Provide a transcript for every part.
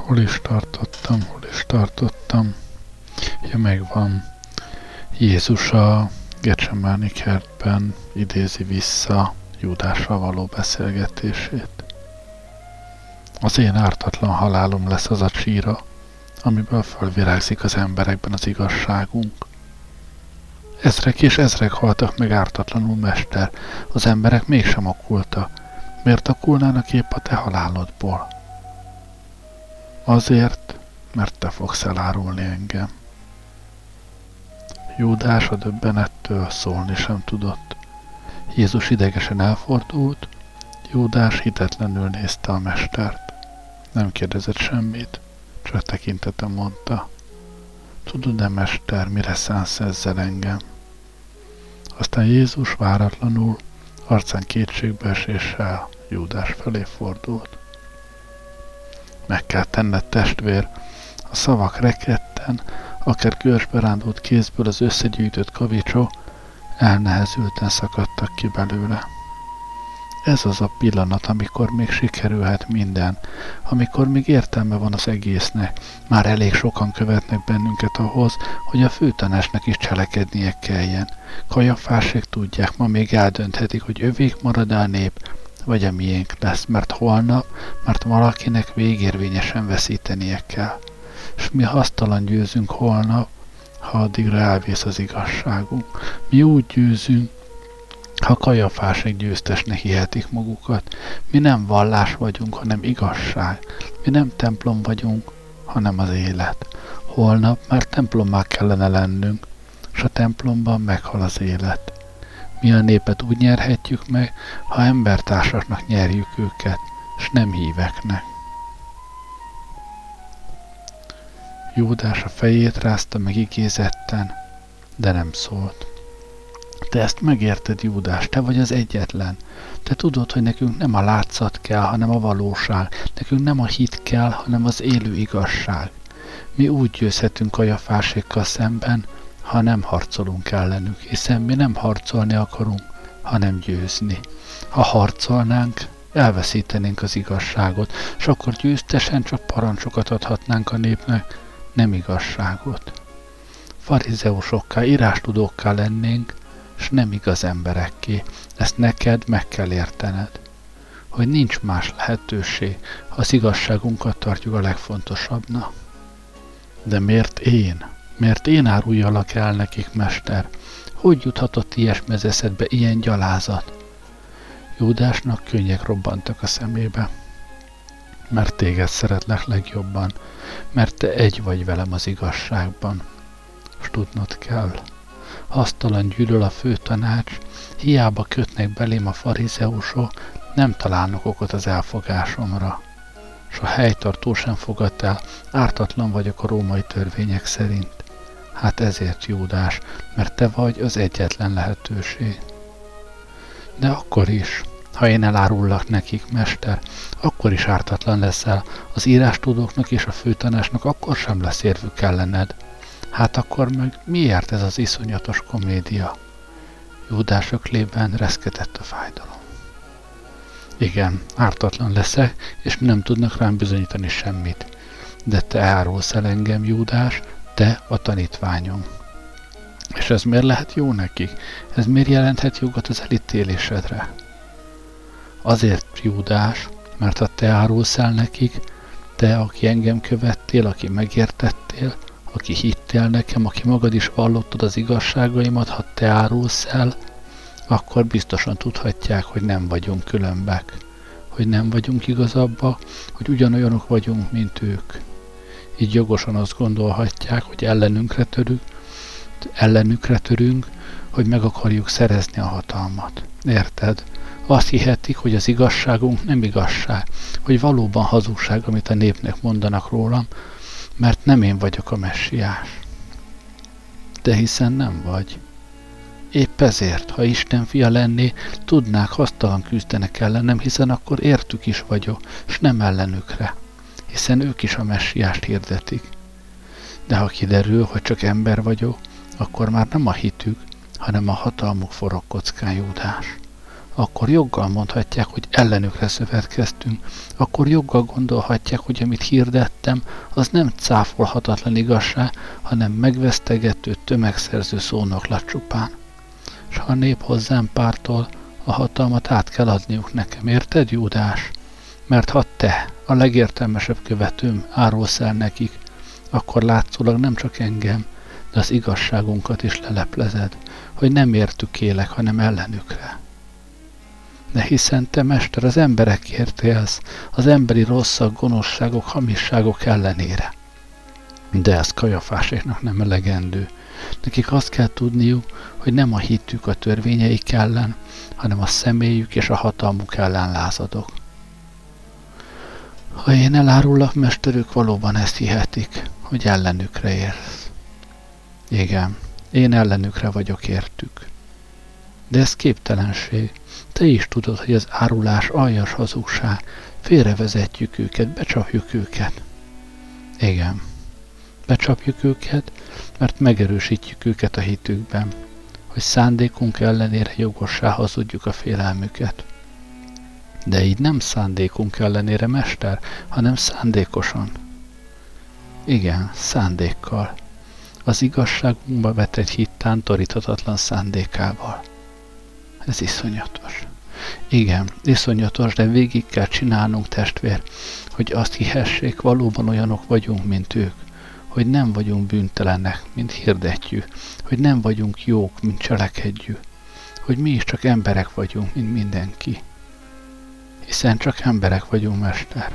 Hol is tartottam? Ja, megvan. Jézus a Gecsemáni kertben idézi vissza Júdással való beszélgetését. Az én ártatlan halálom lesz az a csíra, amiből fölvirágzik az emberekben az igazságunk. Ezrek és ezrek haltak meg ártatlanul, mester, az emberek mégsem okulta. Miért okulnának épp a te halálodból? Azért, mert te fogsz elárulni engem. Júdás a döbbenettől szólni sem tudott. Jézus idegesen elfordult, Júdás hitetlenül nézte a mestert. Nem kérdezett semmit, csak tekintete mondta. Tudod-e, mester, mire szánsz ezzel engem? Aztán Jézus váratlanul, arcán kétségbeeséssel Júdás felé fordult. Meg kell tenned, testvér, a szavak rekedten, akár görsbe rándult kézből az összegyűjtött kavicsok elnehezülten szakadtak ki belőle. Ez az a pillanat, amikor még sikerülhet minden, amikor még értelme van az egésznek. Már elég sokan követnek bennünket ahhoz, hogy a főtanácsnak is cselekednie kelljen. Kajafásék tudják, ma még eldönthetik, hogy övék marad a nép, vagy a miénk lesz, mert holnap, mert valakinek végérvényesen veszítenie kell. És mi hasztalan győzünk holnap, ha addigra elvész az igazságunk. Mi úgy győzünk, ha Kajafásék győztesnek hihetik magukat. Mi nem vallás vagyunk, hanem igazság. Mi nem templom vagyunk, hanem az élet. Holnap már templommá kellene lennünk, és a templomban meghal az élet. Mi a népet úgy nyerhetjük meg, ha embertársaknak nyerjük őket, és nem híveknek. Júdás a fejét rázta meg igézetten, de nem szólt. Te ezt megérted, Júdás, te vagy az egyetlen. Te tudod, hogy nekünk nem a látszat kell, hanem a valóság. Nekünk nem a hit kell, hanem az élő igazság. Mi úgy győzhetünk Kajafásékkal szemben, ha nem harcolunk ellenük, hiszen mi nem harcolni akarunk, hanem győzni. Ha harcolnánk, elveszítenénk az igazságot, és akkor győztesen csak parancsokat adhatnánk a népnek, nem igazságot. Farizeusokká, írástudókká lennénk, s nem igaz emberekké. Ezt neked meg kell értened, hogy nincs más lehetőség, ha az igazságunkat tartjuk a legfontosabbnak. De miért én? Miért én áruljalak el nekik, mester? Hogy juthatott ilyesmi az eszedbe, ilyen gyalázat? Júdásnak könnyek robbantak a szemébe. Mert téged szeretlek legjobban, mert te egy vagy velem az igazságban. S tudnod kell, hasztalan gyűlöl a főtanács, hiába kötnek belém a farizeusok, nem találnak okot az elfogásomra. S a helytartó sem fogadt el, ártatlan vagyok a római törvények szerint. Hát ezért, Júdás, mert te vagy az egyetlen lehetőség. De akkor is, ha én elárullak nekik, mester, akkor is ártatlan leszel, az írástudóknak és a főtanácsnak akkor sem lesz érvük ellened. Hát akkor meg miért ez az iszonyatos komédia? Júdás öklében reszketett a fájdalom. Igen, ártatlan leszek, és nem tudnak rám bizonyítani semmit. De te árulsz el engem, Júdás, te a tanítványom. És ez miért lehet jó nekik? Ez miért jelenthet jogot az elítélésedre? Azért, Júdás, mert ha te árulsz el nekik, te, aki engem követtél, aki megértettél, aki hittél nekem, aki magad is vallottad az igazságaimat, ha te árulsz el, akkor biztosan tudhatják, hogy nem vagyunk különbek, hogy nem vagyunk igazabbak, hogy ugyanolyanok vagyunk, mint ők. Így jogosan azt gondolhatják, hogy ellenükre törünk, hogy meg akarjuk szerezni a hatalmat. Érted? Azt hihetik, hogy az igazságunk nem igazság, hogy valóban hazugság, amit a népnek mondanak rólam, mert nem én vagyok a messiás. De hiszen nem vagy. Épp ezért, ha Isten fia lenné, tudnák, hasztalan küzdenek ellenem, hiszen akkor értük is vagyok, s nem ellenükre, hiszen ők is a messiást hirdetik. De ha kiderül, hogy csak ember vagyok, akkor már nem a hitük, hanem a hatalmuk forog kockán, Júdás. akkor joggal mondhatják, hogy ellenükre szövetkeztünk, akkor joggal gondolhatják, hogy amit hirdettem, az nem cáfolhatatlan igazság, hanem megvesztegető, tömegszerző szónoklat csupán. S ha a nép hozzám pártol, a hatalmat át kell adniuk nekem, érted, Júdás? Mert ha te, a legértelmesebb követőm, árulsz el nekik, akkor látszólag nem csak engem, de az igazságunkat is leleplezed, hogy nem értük élek, hanem ellenükre. De hiszen te, mester, az emberekért élsz, az emberi rosszak, gonoszságok, hamisságok ellenére. De ez Kajafáséknak nem elegendő. Nekik azt kell tudniuk, hogy nem a hitük a törvényeik ellen, hanem a személyük és a hatalmuk ellen lázadok. Ha én elárullak, mesterük, valóban ezt hihetik, hogy ellenükre érsz. Igen, én ellenükre vagyok értük. De ez képtelenség. Te is tudod, hogy az árulás aljas hazugság. Félrevezetjük őket, becsapjuk őket. Igen, becsapjuk őket, mert megerősítjük őket a hitükben, hogy szándékunk ellenére jogossá hazudjuk a félelmüket. De így nem szándékunk ellenére, mester, hanem szándékosan. Igen, szándékkal. Az igazságunkba vetett hit tántoríthatatlan szándékával. Ez iszonyatos. Igen, iszonyatos, de végig kell csinálnunk, testvér, hogy azt hihessék, valóban olyanok vagyunk, mint ők, hogy nem vagyunk bűntelenek, mint hirdetjük, hogy nem vagyunk jók, mint cselekedjük, hogy mi is csak emberek vagyunk, mint mindenki. Hiszen csak emberek vagyunk, mester.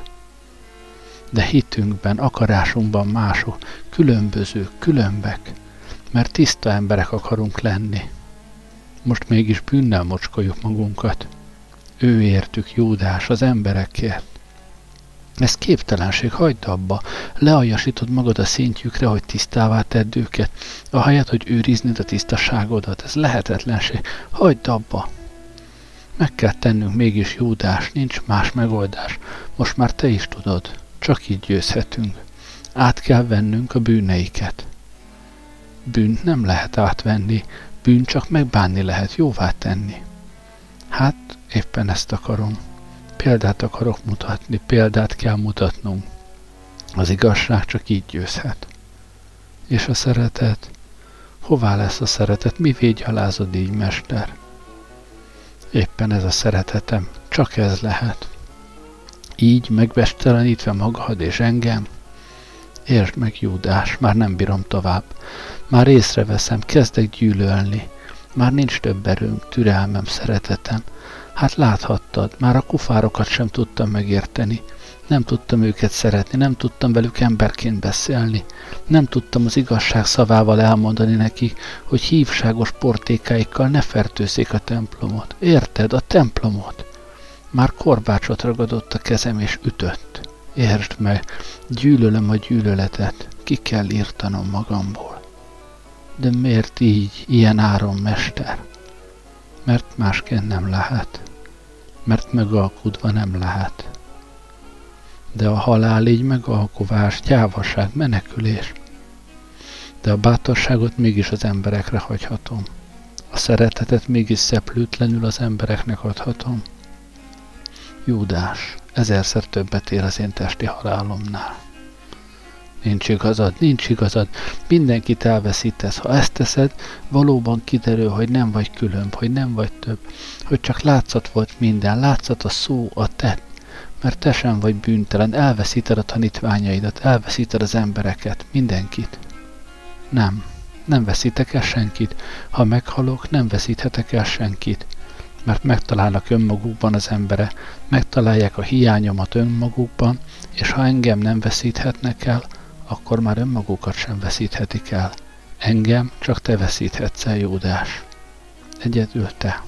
De hitünkben, akarásunkban mások, különbözők, különbek, mert tiszta emberek akarunk lenni. Most mégis bűnnel mocskoljuk magunkat. Ő értük, Júdás, az emberekért. Ez képtelenség, hagyd abba, lealjasítod magad a szintjükre, hogy tisztává tedd őket, ahelyett, hogy őriznéd a tisztaságodat. Ez lehetetlenség, hagyd abba. Meg kell tennünk mégis, Júdás, nincs más megoldás. Most már te is tudod, csak így győzhetünk. Át kell vennünk a bűneiket. Bűnt nem lehet átvenni, bűnt csak megbánni lehet, jóvá tenni. Hát, éppen ezt akarom. Példát akarok mutatni, példát kell mutatnunk. Az igazság csak így győzhet. És a szeretet? Hová lesz a szeretet? Mivé gyalázod így, mester? Éppen ez a szeretetem, csak ez lehet. Így megvestelenítve magad és engem? Értsd meg, Júdás, már nem bírom tovább. Már észreveszem, kezdek gyűlölni. Már nincs több erőm, türelmem, szeretetem. Hát láthattad, már a kufárokat sem tudtam megérteni. Nem tudtam őket szeretni, nem tudtam velük emberként beszélni. Nem tudtam az igazság szavával elmondani nekik, hogy hívságos portékáikkal ne fertőzzék a templomot. Érted, a templomot? Már korbácsot ragadott a kezem és ütött. Értsd meg, gyűlölöm a gyűlöletet, ki kell írtanom magamból. De miért így, ilyen áron, mester? Mert másként nem lehet. Mert megalkudva nem lehet. De a halál így megalkuvás, gyávaság, menekülés. De a bátorságot mégis az emberekre hagyhatom. A szeretetet mégis szeplőtlenül az embereknek adhatom. Júdás, 1000-szer többet ér az én testi halálomnál. Nincs igazad, mindenkit elveszítesz. Ha ezt teszed, valóban kiderül, hogy nem vagy különb, hogy nem vagy több, hogy csak látszat volt minden, látszat a szó, a tett, mert te sem vagy bűntelen, elveszíted a tanítványaidat, elveszíted az embereket, mindenkit. Nem veszítek el senkit, ha meghalok, nem veszíthetek el senkit, mert megtalálnak önmagukban az embere, megtalálják a hiányomat önmagukban, és ha engem nem veszíthetnek el, akkor már önmagukat sem veszíthetik el. Engem csak te veszíthetsz el, Júdás. Egyedül te.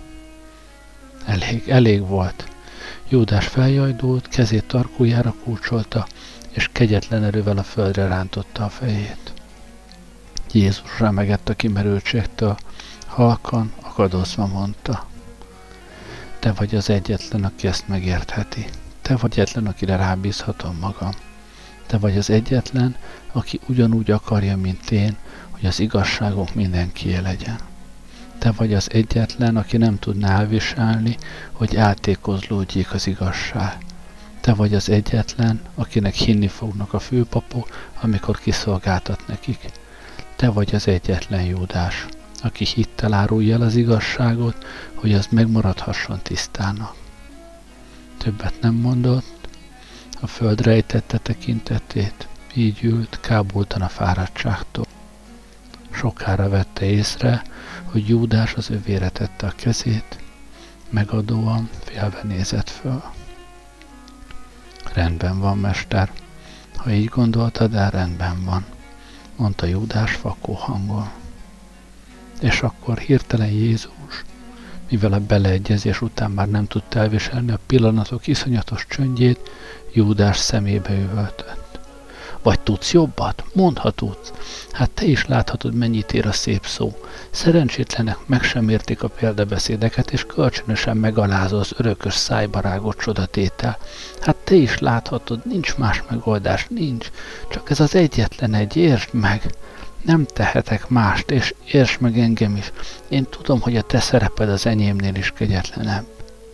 Elég volt. Júdás feljajdult, kezét tarkójára kulcsolta, és kegyetlen erővel a földre rántotta a fejét. Jézus remegett a kimerültségtől, halkan, akadozva mondta: te vagy az egyetlen, aki ezt megértheti. Te vagy egyetlen, akire rábízhatom magam. Te vagy az egyetlen, aki ugyanúgy akarja, mint én, hogy az igazságunk mindenkié legyen. Te vagy az egyetlen, aki nem tudná elviselni, hogy eltékozlódjék az igazság. Te vagy az egyetlen, akinek hinni fognak a főpapok, amikor kiszolgáltat nekik. Te vagy az egyetlen Júdás, aki hittel árulja el az igazságot, hogy az megmaradhasson tisztának. Többet nem mondott, a föld rejtette tekintetét, így ült, kábultan a fáradtságtól. Sokára vette észre, hogy Júdás az övére tette a kezét, megadóan félve nézett föl. Rendben van, mester, ha így gondoltad el, rendben van, mondta Júdás vakó hangon. És akkor hirtelen Jézus, mivel a beleegyezés után már nem tudta elviselni a pillanatok iszonyatos csöndjét, Júdás szemébe üvöltött. Vagy tudsz jobbat? Mondd, ha tudsz. Hát te is láthatod, mennyit ér a szép szó. Szerencsétlenek meg sem értik a példabeszédeket, és kölcsönösen megalázza az örökös szájba rágott csodatétel. Hát te is láthatod, nincs más megoldás, nincs. Csak ez az egyetlen egy, értsd meg. Nem tehetek mást, és értsd meg engem is. Én tudom, hogy a te szereped az enyémnél is kegyetlenebb.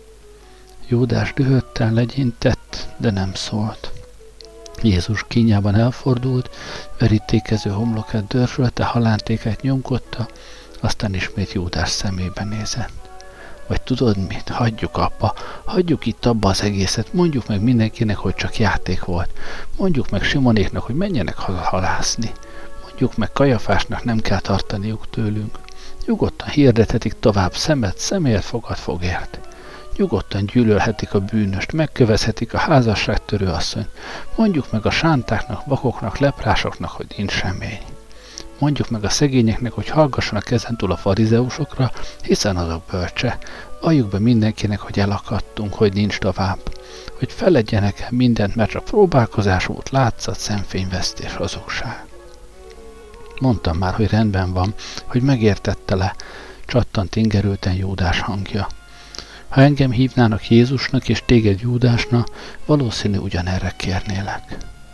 Júdás dühötten legyintett, de nem szólt. Jézus kínjában elfordult, verítékező homlokát dörzsölte, halántékát nyomkodta, aztán ismét Júdás szemébe nézett. Vagy tudod mit? Hagyjuk abba, hagyjuk itt abba az egészet, mondjuk meg mindenkinek, hogy csak játék volt. Mondjuk meg Simonéknak, hogy menjenek haza halászni. Mondjuk meg Kajafásnak, nem kell tartaniuk tőlünk. Nyugodtan hirdethetik tovább szemért fogad fogért. Nyugodtan gyűlölhetik a bűnöst, megkövezhetik a házasságtörő asszonyt. Mondjuk meg a sántáknak, vakoknak, leprásoknak, hogy nincs remény. Mondjuk meg a szegényeknek, hogy hallgassanak ezentúl a farizeusokra, hiszen azok bölcse. Valljuk be mindenkinek, hogy elakadtunk, hogy nincs tovább. Hogy feledjenek el mindent, mert csak próbálkozás volt, látszat, szemfényvesztés, hazugság. Mondtam már, hogy rendben van, hogy megértette le, csattant ingerülten Júdás hangja. Ha engem hívnának Jézusnak és téged Júdásnak, valószínű ugyanerre kérnélek.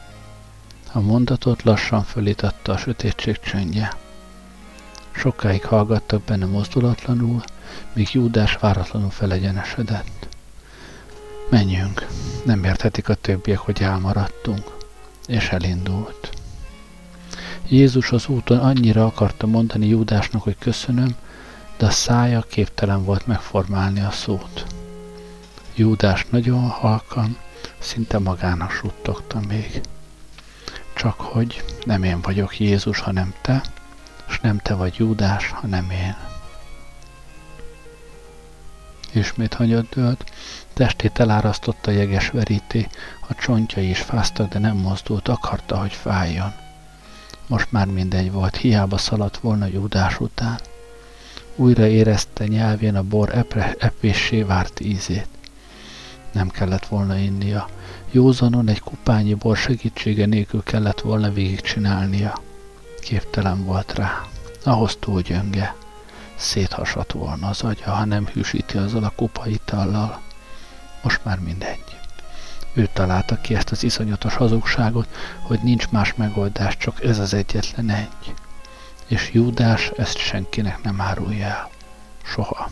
A mondatot lassan fölítatta a sötétség csöndje. Sokáig hallgattak benne mozdulatlanul, míg Júdás váratlanul felegyenesedett. Menjünk, nem érthetik a többiek, hogy elmaradtunk, és elindult. Jézus az úton annyira akarta mondani Júdásnak, hogy köszönöm, de a szája képtelen volt megformálni a szót. Júdás nagyon halkan, szinte magának suttogta még. Csak hogy nem én vagyok Jézus, hanem te, és nem te vagy Júdás, hanem én. Ismét hanyat dőlt, testét elárasztotta jeges veríté, a csontjai is fáztak, de nem mozdult, akarta, hogy fájjon. Most már mindegy volt, hiába szaladt volna Júdás után. Újra érezte nyelvén a bor epéssé várt ízét. Nem kellett volna innia. Józanon egy kupányi bor segítsége nélkül kellett volna végigcsinálnia. Képtelen volt rá. Ahhoz túl gyönge. Széthasadt volna az agya, ha nem hűsíti azzal a kupa itallal. Most már mindegy. Ő találta ki ezt az iszonyatos hazugságot, hogy nincs más megoldás, csak ez az egyetlen egy. És Júdás ezt senkinek nem árulja el. Soha.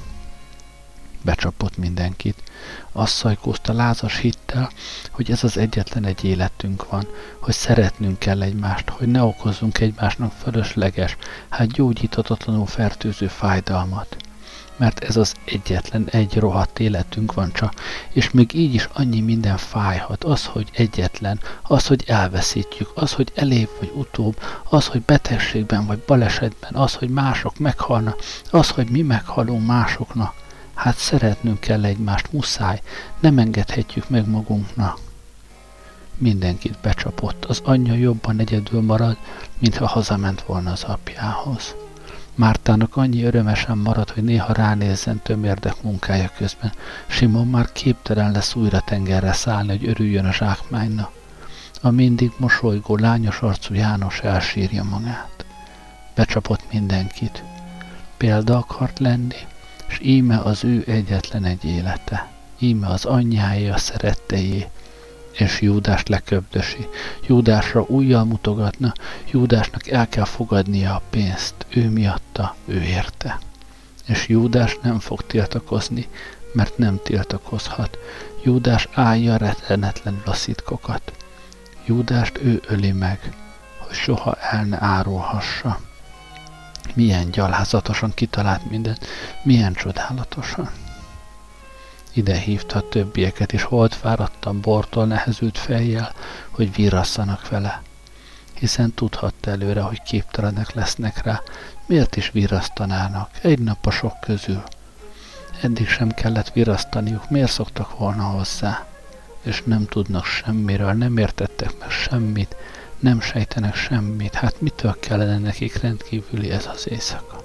Becsapott mindenkit. Azt szajkózta lázas hittel, hogy ez az egyetlen egy életünk van, hogy szeretnünk kell egymást, hogy ne okozzunk egymásnak fölösleges, hát gyógyíthatatlanul fertőző fájdalmat. Mert ez az egyetlen egy rohadt életünk van csak, és még így is annyi minden fájhat. Az, hogy egyetlen, az, hogy elveszítjük, az, hogy elébb vagy utóbb, az, hogy betegségben vagy balesetben, az, hogy mások meghalnak, az, hogy mi meghalunk másoknak. Hát szeretnünk kell egymást, muszáj, nem engedhetjük meg magunknak. Mindenkit becsapott, az anyja jobban egyedül marad, mintha hazament volna az apjához. Mártának annyi örömesen marad, hogy néha ránézzen tömérdek munkája közben. Simon már képtelen lesz újra tengerre szállni, hogy örüljön a zsákmánynak. A mindig mosolygó, lányos arcú János elsírja magát. Becsapott mindenkit. Példa akart lenni, és íme az ő egyetlen egy élete. Íme az anyjáé, a szerettejé. És Júdást leköbdösi. Júdásra ujjal mutogatna, Júdásnak el kell fogadnia a pénzt. Ő miatta, ő érte. És Júdás nem fog tiltakozni, mert nem tiltakozhat. Júdás állja rettenetlenül a szitkokat. Júdást ő öli meg, hogy soha el ne árulhassa. Milyen gyalázatosan kitalált minden, milyen csodálatosan. Ide hívta a többieket, és holdfáradtan bortól nehezült fejjel, hogy vírasszanak vele. Hiszen tudhatta előre, hogy képtelenek lesznek rá, miért is virasztanának egy nap a sok közül. Eddig sem kellett virasztaniuk, miért szoktak volna hozzá? És nem tudnak semmiről, nem értettek meg semmit, nem sejtenek semmit, hát mitől kellene nekik rendkívüli ez az éjszaka?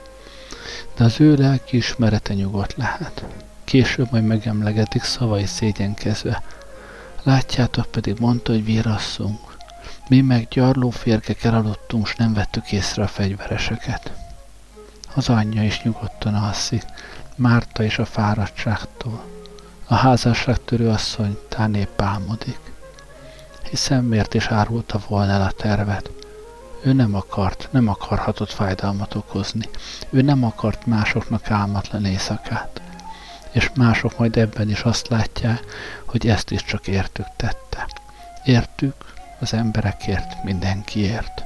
De az ő lelki ismerete nyugodt lehet. Később majd megemlegetik szavai szégyenkezve. Látjátok, pedig mondta, hogy vírasszunk. Mi meg gyarló férgek elaludtunk, s nem vettük észre a fegyvereseket. Az anyja is nyugodtan alszik, Márta is a fáradtságtól. A házasságtörő asszony tán épp álmodik. Hiszen miért is árulta volna el a tervet? Ő nem akarhatott fájdalmat okozni. Ő nem akart másoknak álmatlan éjszakát. És mások majd ebben is azt látják, hogy ezt is csak értük tette. Értük, az emberekért, mindenkiért.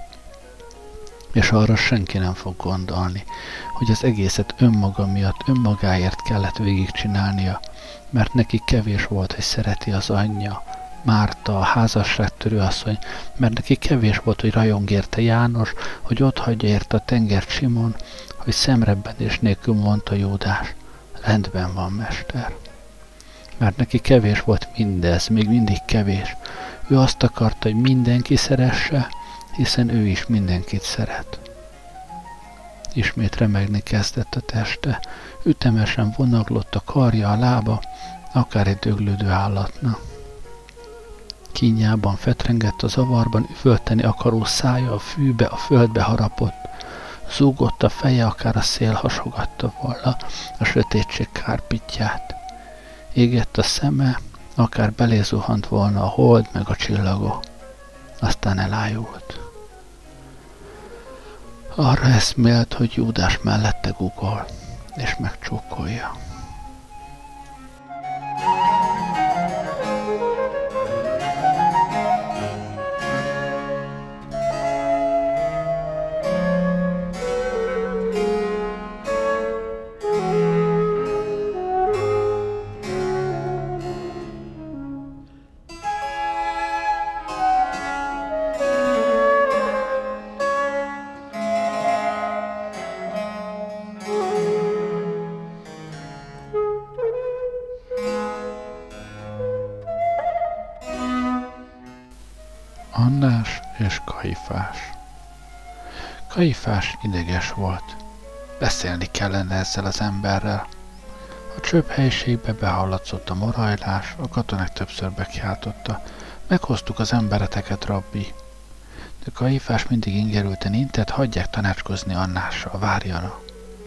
És arra senki nem fog gondolni, hogy az egészet önmaga miatt, önmagáért kellett végigcsinálnia, mert neki kevés volt, hogy szereti az anyja, Márta, a házasságtörő asszony, mert neki kevés volt, hogy rajong érte János, hogy otthagyja érte a tengert Simon, hogy szemrebbenés nélkül mondta Júdás, rendben van, mester. Mert neki kevés volt mindez, még mindig kevés. Ő azt akarta, hogy mindenki szeresse, hiszen ő is mindenkit szeret. Ismét remegni kezdett a teste, ütemesen vonaglott a karja, a lába, akár egy döglődő állatna. Kínjában fetrengett a zavarban, üvölteni akaró szája a fűbe, a földbe harapott. Zúgott a feje, akár a szél hasogatta volna a sötétség kárpitját. Égett a szeme, akár belézuhant volna a hold meg a csillagok. Aztán elájult. Arra eszmélt, hogy Júdás mellette gugol, és megcsókolja. Annás és Kajfás. Kajfás ideges volt. Beszélni kellene ezzel az emberrel. A csöbb helyiségbe behallatszott a morajlás, a katonák többször bekiáltotta. Meghoztuk az embereteket, rabbi. De Kajfás mindig ingerülten intett, hagyják tanácskozni Annással, várjanak.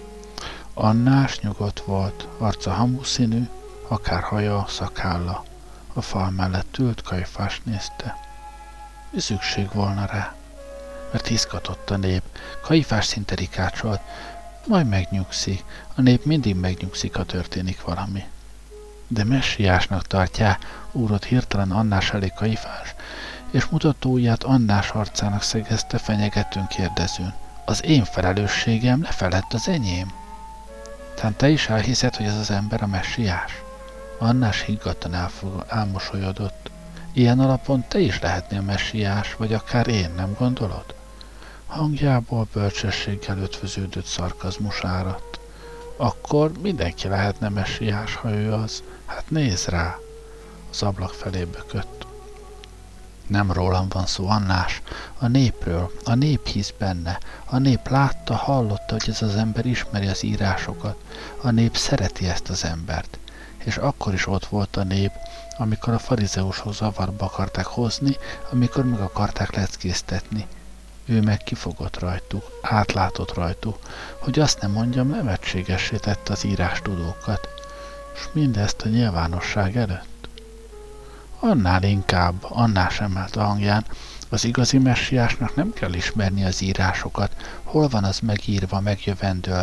Annás nyugodt volt, arca hamuszínű, akár haja, szakálla. A fal mellett ült, Kajfás nézte. Mi szükség volna rá? Mert izgatott a nép. Kajfás szinte rikácsolt. Majd megnyugszik. A nép mindig megnyugszik, ha történik valami. De messiásnak tartják, úrott hirtelen Annás elé Kajfás, és mutató ujját Annás arcának szegezte fenyegetőn kérdezőn. Az én felelősségem lefelett az enyém. Tán te is elhiszed, hogy ez az ember a messiás? Annás higgadtan elmosolyodott. Ilyen alapon te is lehetnél messiás, vagy akár én, nem gondolod? Hangjából bölcsességgel ötvöződött szarkazmus áradt. Akkor mindenki lehetne messiás, ha ő az. Hát nézz rá! Az ablak felé bökött. Nem rólam van szó, Annás, a népről. A nép hisz benne. A nép látta, hallotta, hogy ez az ember ismeri az írásokat. A nép szereti ezt az embert. És akkor is ott volt a nép, amikor a farizeusok zavarba akarták hozni, amikor meg akarták leckéztetni. Ő meg kifogott rajtuk, átlátott rajtuk, hogy azt nem mondjam, nevetségessé tette az írástudókat, s mindezt a nyilvánosság előtt. Annál inkább, annál sem emelt a hangján, az igazi messiásnak nem kell ismerni az írásokat, hol van az megírva, megjövendölve,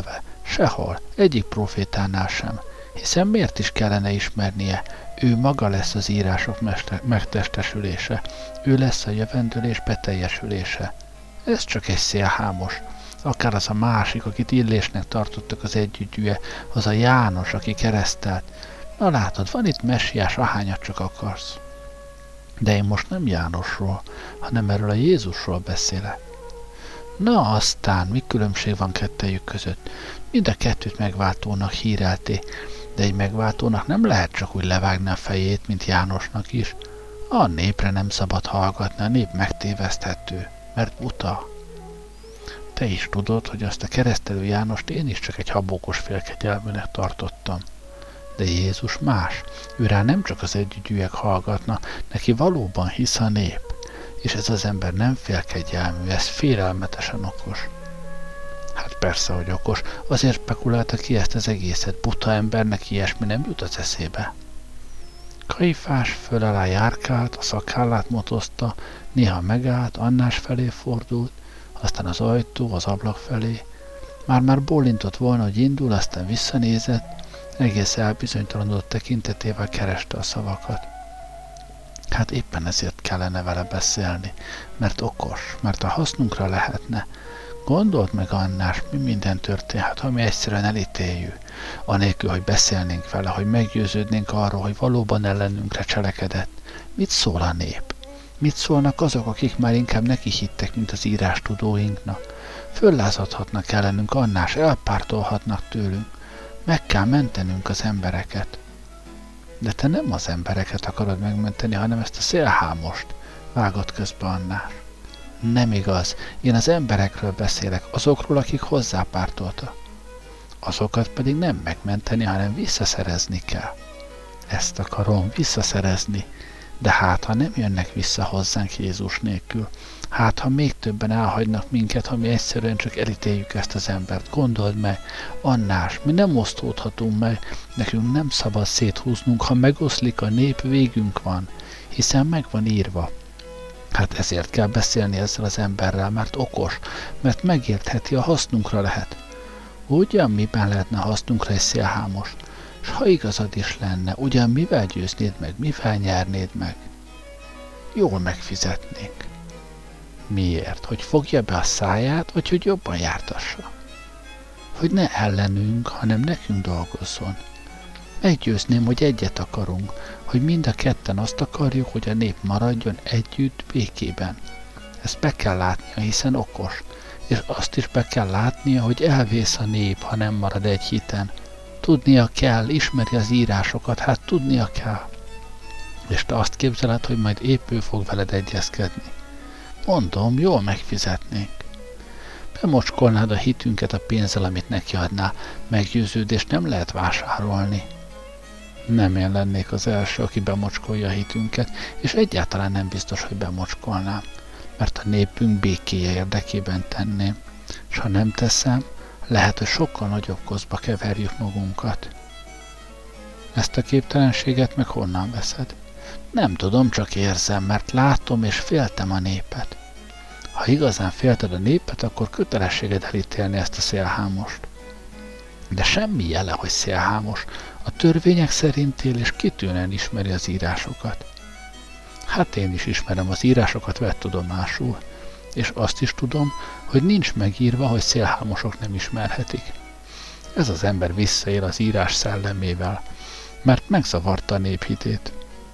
Sehol, egyik profétánál sem, hiszen miért is kellene ismernie? Ő maga lesz az írások megtestesülése, ő lesz a jövendőlés beteljesülése. Ez csak egy szélhámos. Akár az a másik, akit illésnek tartottak az együgyűje, az a János, aki keresztelt. Na látod, van itt messiás, ahányat csak akarsz. De én most nem Jánosról, hanem erről a Jézusról beszélek. Na aztán, mi különbség van kettejük között? Mind a kettőt megváltónak hírelté, de egy megváltónak nem lehet csak úgy levágni a fejét, mint Jánosnak is. A népre nem szabad hallgatni, a nép megtéveszthető, mert buta. Te is tudod, hogy azt a keresztelő Jánost én is csak egy habókos félkegyelműnek tartottam. De Jézus más, őrá nem csak az együgyűek hallgatna, neki valóban hisz a nép. És ez az ember nem félkegyelmű, ez félelmetesen okos. Hát persze, hogy okos, azért spekulálta ki ezt az egészet, buta embernek ilyesmi nem jut az eszébe. Kajfás föl alá járkált, a szakállát motozta, néha megállt, Annás felé fordult, aztán az ajtó, az ablak felé. Már bólintott volna, hogy indul, aztán visszanézett, egész elbizonytalanodott tekintetével kereste a szavakat. Hát éppen ezért kellene vele beszélni, mert okos, mert a hasznunkra lehetne. Gondold meg, Annás, mi minden történhet, ha mi egyszerűen elítéljük, anélkül, hogy beszélnénk vele, hogy meggyőződnénk arról, hogy valóban ellenünkre cselekedett. Mit szól a nép? Mit szólnak azok, akik már inkább neki hittek, mint az írástudóinknak? Föllázadhatnak ellenünk, Annás, elpártolhatnak tőlünk. Meg kell mentenünk az embereket. De te nem az embereket akarod megmenteni, hanem ezt a szélhámost, vágott közbe Annás. Nem igaz, én az emberekről beszélek, azokról, akik hozzápártoltak. Azokat pedig nem megmenteni, hanem visszaszerezni kell. Ezt akarom, visszaszerezni. De hát, ha nem jönnek vissza hozzánk Jézus nélkül, hát, ha még többen elhagynak minket, ha mi egyszerűen csak elítéljük ezt az embert, gondold meg, Annás, mi nem osztódhatunk meg, nekünk nem szabad széthúznunk, ha megoszlik a nép, végünk van, hiszen meg van írva. Hát ezért kell beszélni ezzel az emberrel, mert okos, mert megértheti, a hasznunkra lehet. Ugyan miben lehetne hasznunkra egy szélhámos? S ha igazad is lenne, ugyan mivel győznéd meg, mivel nyernéd meg? Jól megfizetnénk. Miért? Hogy fogja be a száját, vagy hogy jobban jártassa? Hogy ne ellenünk, hanem nekünk dolgozzon. Meggyőzném, hogy egyet akarunk, hogy mind a ketten azt akarjuk, hogy a nép maradjon együtt békében. Ezt be kell látnia, hiszen okos, és azt is be kell látnia, hogy elvész a nép, ha nem marad egy hiten. Tudnia kell, ismeri az írásokat, hát tudnia kell. És te azt képzeled, hogy majd épp ő fog veled egyezkedni. Mondom, jól megfizetnénk. Bemocskolnád a hitünket a pénzzel, amit neki adnál. Meggyőződést nem lehet vásárolni. Nem én lennék az első, aki bemocskolja a hitünket, és egyáltalán nem biztos, hogy bemocskolnám, mert a népünk békéje érdekében tenném. És ha nem teszem, lehet, hogy sokkal nagyobb kozba keverjük magunkat. Ezt a képtelenséget meg honnan veszed? Nem tudom, csak érzem, mert látom és féltem a népet. Ha igazán félted a népet, akkor kötelességed elítélni ezt a szélhámost. De semmi jele, hogy szélhámos. A törvények szerint él és kitűnően ismeri az írásokat. Hát én is ismerem az írásokat, vett tudomásul. És azt is tudom, hogy nincs megírva, hogy szélhámosok nem ismerhetik. Ez az ember visszaél az írás szellemével, mert megzavarta a néphitét.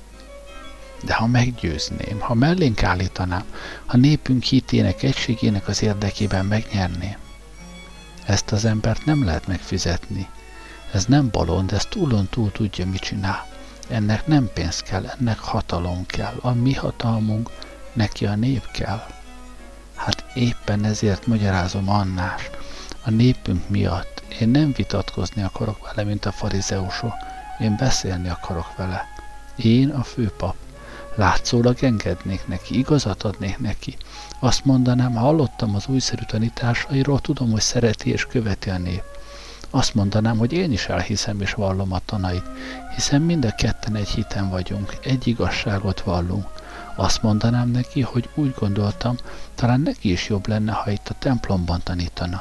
De ha meggyőzném, ha mellénk állítanám, ha népünk hitének, egységének az érdekében megnyerném, ezt az embert nem lehet megfizetni. Ez nem bolond, ez túlon túl tudja, mit csinál. Ennek nem pénz kell, ennek hatalom kell. A mi hatalmunk, neki a nép kell. Hát éppen ezért magyarázom, Annás, a népünk miatt én nem vitatkozni akarok vele, mint a farizeusok. Én beszélni akarok vele. Én a főpap. Látszólag engednék neki, igazat adnék neki. Azt mondanám, hallottam az újszerű tanításairól, tudom, hogy szereti és követi a nép. Azt mondanám, hogy én is elhiszem és vallom a tanait, hiszen mind a ketten egy hiten vagyunk, egy igazságot vallunk. Azt mondanám neki, hogy úgy gondoltam, talán neki is jobb lenne, ha itt a templomban tanítana,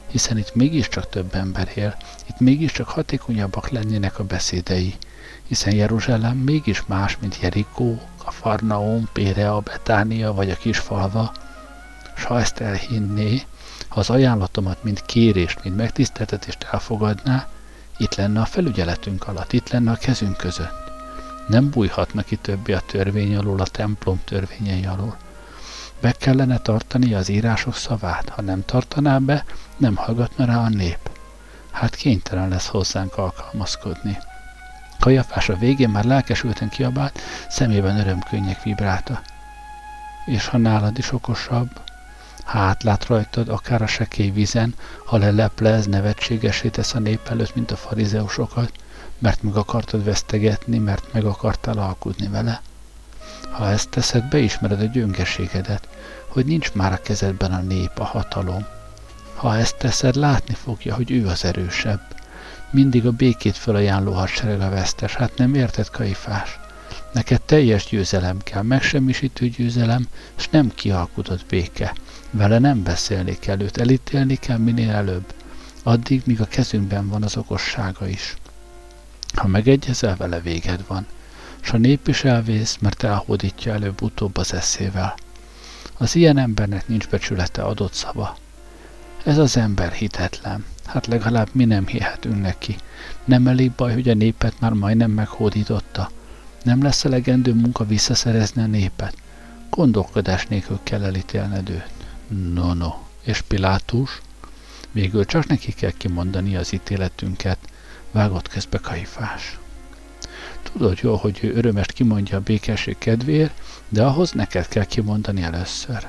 hiszen itt mégiscsak több ember él, itt mégiscsak hatékonyabbak lennének a beszédei, hiszen Jeruzsálem mégis más, mint Jerikó, Kafarnaum, Pérea, Betánia vagy a kisfalva, s ha ezt elhinné, ha az ajánlatomat mind kérést, mind megtiszteltetést elfogadná, itt lenne a felügyeletünk alatt, itt lenne a kezünk között. Nem bújhatna ki többé a törvény alól, a templom törvényei alól. Be kellene tartani az írások szavát, ha nem tartaná be, nem hallgatna rá a nép. Hát kénytelen lesz hozzánk alkalmazkodni. Kajafás a végén már lelkesülten kiabált, szemében örömkönnyek vibrálta. És ha nálad is okosabb, ha átlát rajtad akár a sekély vízen, ha leleplez, nevetségesé tesz a nép előtt, mint a farizeusokat, mert meg akartad vesztegetni, mert meg akartál alkudni vele. Ha ezt teszed, beismered a gyöngeségedet, hogy nincs már a kezedben a nép, a hatalom. Ha ezt teszed, látni fogja, hogy ő az erősebb. Mindig a békét felajánló hadsereg a vesztes, hát nem érted, Kajifás? Neked teljes győzelem kell, megsemmisítő győzelem, s nem kialkudott béke. Vele nem beszélni kell, őt elítélni kell minél előbb, addig, míg a kezünkben van az okossága is. Ha megegyezel vele, véged van, s a nép is elvész, mert elhódítja előbb-utóbb az eszével. Az ilyen embernek nincs becsülete, adott szava. Ez az ember hitetlen, hát legalább mi nem hihetünk neki. Nem elég baj, hogy a népet már majdnem meghódította. Nem lesz elegendő munka visszaszerezni a népet. Gondolkodás nélkül kell elítélned őt. No. És Pilátus? Végül csak neki kell kimondani az ítéletünket, vágott közbe Kajifás. Tudod jól, hogy ő örömest kimondja a békesség kedvéért, de ahhoz neked kell kimondani először.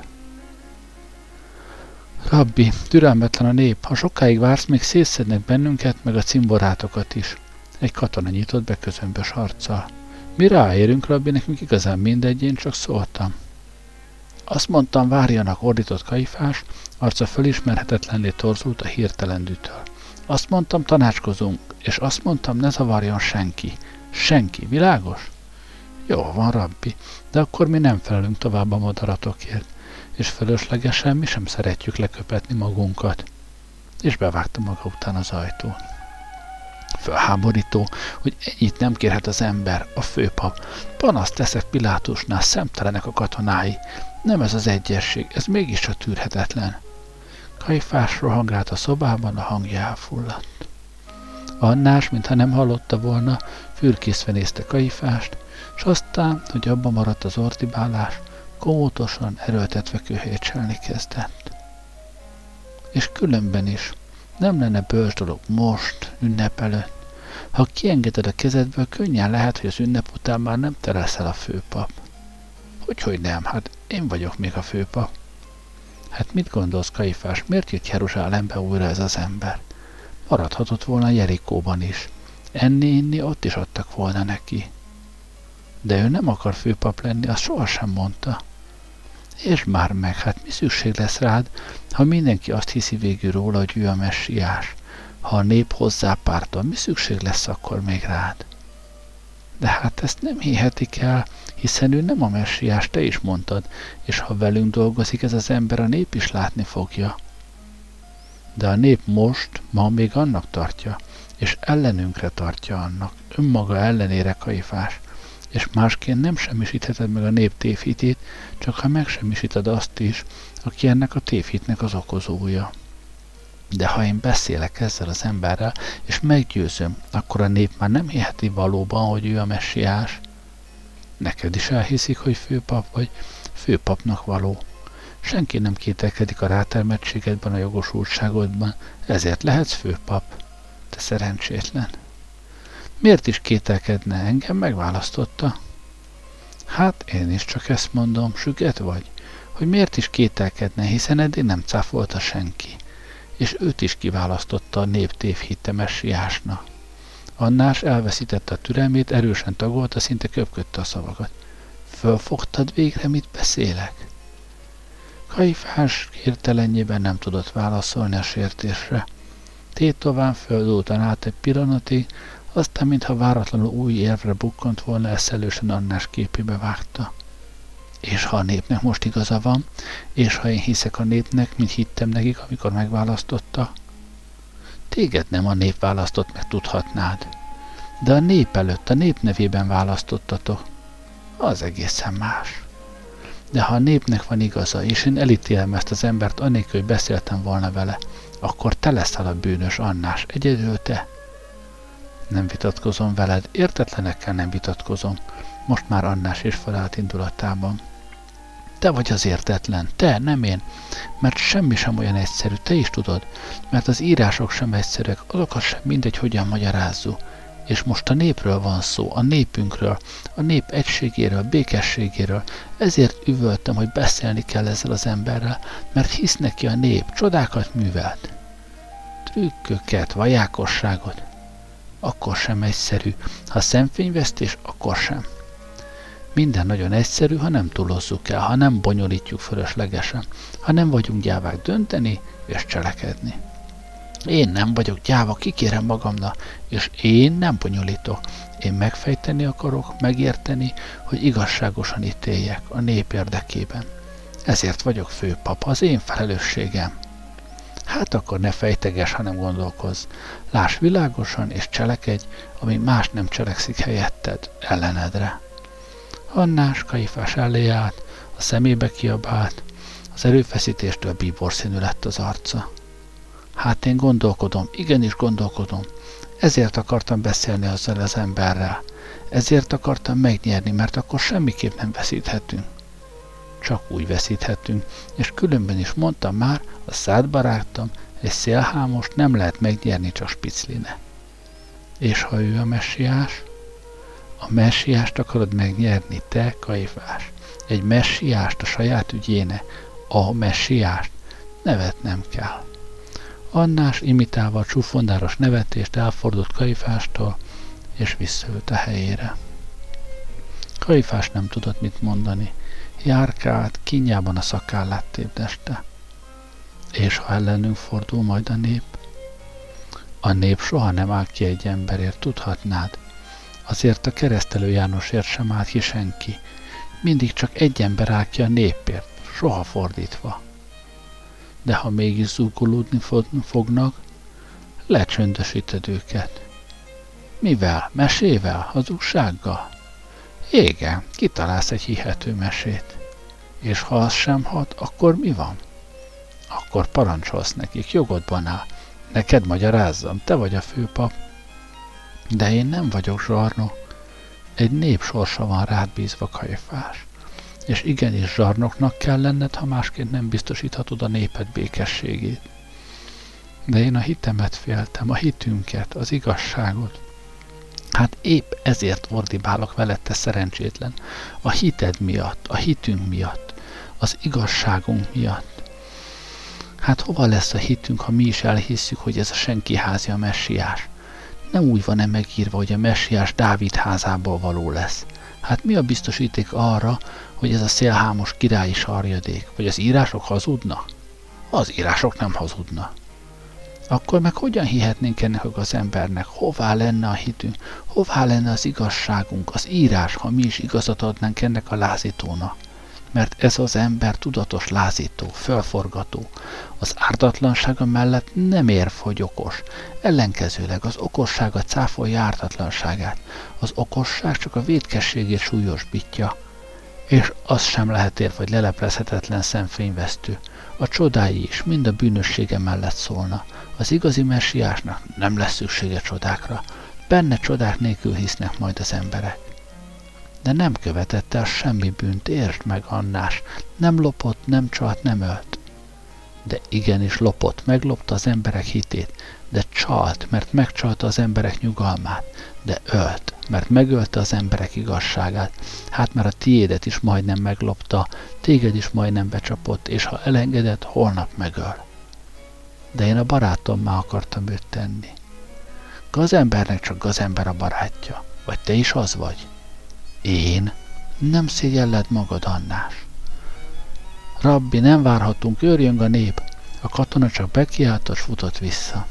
Rabbi, türelmetlen a nép, ha sokáig vársz, még szétszednek bennünket, meg a cimborátokat is. Egy katona nyitott be közömbös arccal. Mi ráérünk, Rabbi, nekünk igazán mindegy, én csak szóltam. Azt mondtam, várjanak, ordított Kajifás, arca fölismerhetetlenné torzult a hirtelendűtől. Azt mondtam, tanácskozunk, és azt mondtam, ne zavarjon senki. Senki, világos? Jó van, Rabbi, de akkor mi nem felelünk tovább a madaratokért, és fölöslegesen mi sem szeretjük leköpetni magunkat. És bevágta maga után az ajtón. Fölháborító, hogy ennyit nem kérhet az ember, a főpap. Panaszt teszek Pilátusnál, szemtelenek a katonái. Nem ez az egyesség, ez mégiscsak tűrhetetlen. Kajifás rohangált a szobában, a hangja elfulladt. Annás, mintha nem hallotta volna, fürkészve nézte Kajifást, s aztán, hogy abban maradt az ordibálás, komótosan erőltetve köhécselni kezdett. És különben is, nem lenne bölcs dolog most, ünnep előtt. Ha kiengeded a kezedből, könnyen lehet, hogy az ünnep után már nem te leszel a főpap. Hogy nem, hát én vagyok még a főpap. Hát mit gondolsz, Kajifás, miért jött Jeruzsálembe újra ez az ember? Maradhatott volna Jerikóban is. Enni-inni ott is adtak volna neki. De ő nem akar főpap lenni, azt sohasem mondta. És már meg, hát mi szükség lesz rád, ha mindenki azt hiszi végül róla, hogy ő a messiás. Ha a nép hozzá pártol, mi szükség lesz akkor még rád? De hát ezt nem hihetik el, hiszen ő nem a messiás, te is mondtad, és ha velünk dolgozik ez az ember, a nép is látni fogja. De a nép most, ma még annak tartja, és ellenünkre tartja annak, önmaga ellenére, Kajifás, és másként nem semmisítheted meg a nép tévhitét, csak ha megsemmisíted azt is, aki ennek a tévhitnek az okozója. De ha én beszélek ezzel az emberrel, és meggyőzöm, akkor a nép már nem hiheti valóban, hogy ő a messiás. Neked is elhiszik, hogy főpap vagy, főpapnak való. Senki nem kételkedik a rátermettségedben, a jogosultságodban, ezért lehetsz főpap. Te szerencsétlen. Miért is kételkedne? Engem megválasztotta? Hát én is csak ezt mondom, süket vagy, hogy miért is kételkedne, hiszen eddig nem cáfolta senki, és őt is kiválasztotta a nép tévhitte messiásnak. Annás elveszítette a türelmét, erősen tagolta, szinte köpködte a szavakat. Fölfogtad végre, mit beszélek? Kajifás hirtelenjében nem tudott válaszolni a sértésre. Tétován földúton át egy pillanatig, aztán mintha váratlanul új érvre bukkant volna, eszelősen Annás képébe vágta. És ha a népnek most igaza van, és ha én hiszek a népnek, mint hittem nekik, amikor megválasztotta, Téged nem a nép választott, meg tudhatnád. De a nép előtt, a nép nevében választottatok. Az egészen más. De ha a népnek van igaza, és én elítélem ezt az embert anélkül, hogy beszéltem volna vele, akkor te leszel a bűnös, Annás, egyedül te. Nem vitatkozom veled, értetlenekkel nem vitatkozom. Most már Annás is felállt indulatában. Te vagy az értetlen, te, nem én, mert semmi sem olyan egyszerű, te is tudod, mert az írások sem egyszerűek, azokat sem mindegy, hogyan magyarázzuk. És most a népről van szó, a népünkről, a nép egységéről, békességéről, ezért üvöltem, hogy beszélni kell ezzel az emberrel, mert hisz neki a nép, csodákat művelt. Trükköket, vajákosságot. Akkor sem egyszerű, ha szemfényvesztés, akkor sem. Minden nagyon egyszerű, ha nem túlozzuk el, ha nem bonyolítjuk fölöslegesen, ha nem vagyunk gyávák dönteni és cselekedni. Én nem vagyok gyáva, kikérem magamnak, és én nem bonyolítok. Én megfejteni akarok, megérteni, hogy igazságosan ítéljek a nép érdekében. Ezért vagyok főpap, az én felelősségem. Hát akkor ne fejteges, hanem gondolkozz. Láss világosan és cselekedj, ami más nem cselekszik helyetted, ellenedre. Annás Kajfás elé állt, a szemébe kiabált, az erőfeszítéstől bíborszínű lett az arca. Hát én gondolkodom, igenis gondolkodom. Ezért akartam beszélni azzal az emberrel. Ezért akartam megnyerni, mert akkor semmiképp nem veszíthetünk. Csak úgy veszíthetünk, és különben is mondtam már, a szádba rágtam, egy szélhámost nem lehet megnyerni, csak spicline. És ha ő a messiás? A messiást akarod megnyerni, te, Kajfás? Egy messiást a saját ügyéne? A messiást? Nevetnem kell. Annás imitálva a csúfondáros nevetést elfordult Kajfástól, és visszaült a helyére. Kajfás nem tudott mit mondani. Járkált, kínjában a szakállát tépdeste. És ha ellenünk fordul majd a nép? A nép soha nem áll ki egy emberért, tudhatnád. Azért a Keresztelő Jánosért sem állt ki senki. Mindig csak egy ember áll ki a népért, soha fordítva. De ha mégis zúgolódni fognak, lecsöndösíted őket. Mivel? Mesével? Hazugsággal? Igen, kitalálsz egy hihető mesét. És ha az sem hat, akkor mi van? Akkor parancsolsz nekik, jogodban áll. Neked magyarázzam, te vagy a főpap. De én nem vagyok zsarnok. Egy nép sorsa van rád bízva, Kajfás. És igenis zsarnoknak kell lenned, ha másként nem biztosíthatod a néped békességét. De én a hitemet féltem, a hitünket, az igazságot. Hát épp ezért ordibálok veled, te szerencsétlen. A hited miatt, a hitünk miatt, az igazságunk miatt. Hát hova lesz a hitünk, ha mi is elhisszük, hogy ez a senki házi a messiás? Nem úgy van-e megírva, hogy a messiás Dávid házából való lesz? Hát mi a biztosíték arra, hogy ez a szélhámos királyi sarjadék? Vagy az írások hazudnak? Az írások nem hazudnak. Akkor meg hogyan hihetnénk ennek az embernek? Hová lenne a hitünk? Hová lenne az igazságunk, az írás, ha mi is igazat adnánk ennek a lázítónak? Mert ez az ember tudatos lázító, fölforgató. Az ártatlansága mellett nem érv, hogy okos. Ellenkezőleg az okossága cáfolja ártatlanságát. Az okosság csak a vétkességét súlyosbítja. És az sem lehet érv, hogy leleplezhetetlen szemfényvesztő. A csodái is mind a bűnössége mellett szólna. Az igazi messiásnak nem lesz szüksége csodákra. Benne csodák nélkül hisznek majd az emberek. De nem követett el semmi bűnt, értsd meg, Annás. Nem lopott, nem csalt, nem ölt. De igenis lopott, meglopta az emberek hitét, de csalt, mert megcsalta az emberek nyugalmát, de ölt, mert megölte az emberek igazságát. Hát már a tiédet is majdnem meglopta, téged is majdnem becsapott, és ha elengedett, holnap megöl. De én a barátommá akartam őt tenni. Gazembernek csak gazember a barátja, vagy te is az vagy? Én? Nem szégyelled magad, Annás. Rabbi, nem várhatunk, őrjön a nép. A katona csak bekiáltott, futott vissza.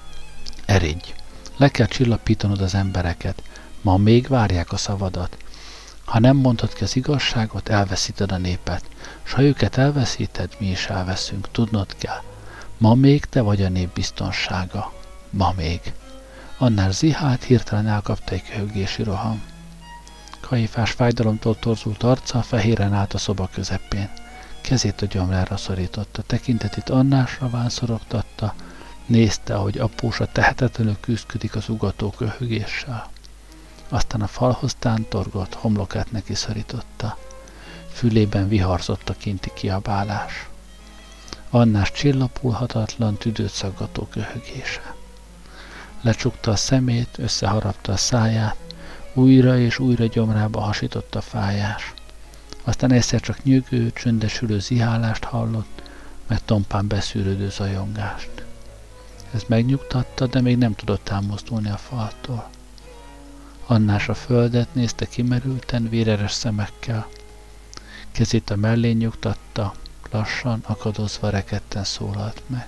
Erigy, le kell csillapítanod az embereket. Ma még várják a szavadat. Ha nem mondod ki az igazságot, elveszíted a népet. S ha őket elveszíted, mi is elveszünk, tudnod kell. Ma még te vagy a nép biztonsága. Ma még. Annál zihált, hirtelen elkapta egy köhögési roham. Kaifás fájdalomtól torzult arca fehéren állt a szoba közepén. Kezét a gyomrára szorította, tekintetét Annásra vánszorogtatta, nézte, ahogy apósa tehetetlenül küszködik az ugató köhögéssel. Aztán a falhoz tántorgott, homlokát neki szorította. Fülében viharzott a kinti kiabálás. Annás csillapulhatatlan, tüdőt szaggató köhögése. Lecsukta a szemét, összeharapta a száját, újra és újra gyomrába hasította a fájás. Aztán egyszer csak nyögő, csöndesülő zihálást hallott, meg tompán beszűrődő zajongást. Ez megnyugtatta, de még nem tudott elmozdulni a faltól. Annás a földet nézte kimerülten, véreres szemekkel. Kezét a mellén nyugtatta, lassan, akadozva rekedten szólalt meg.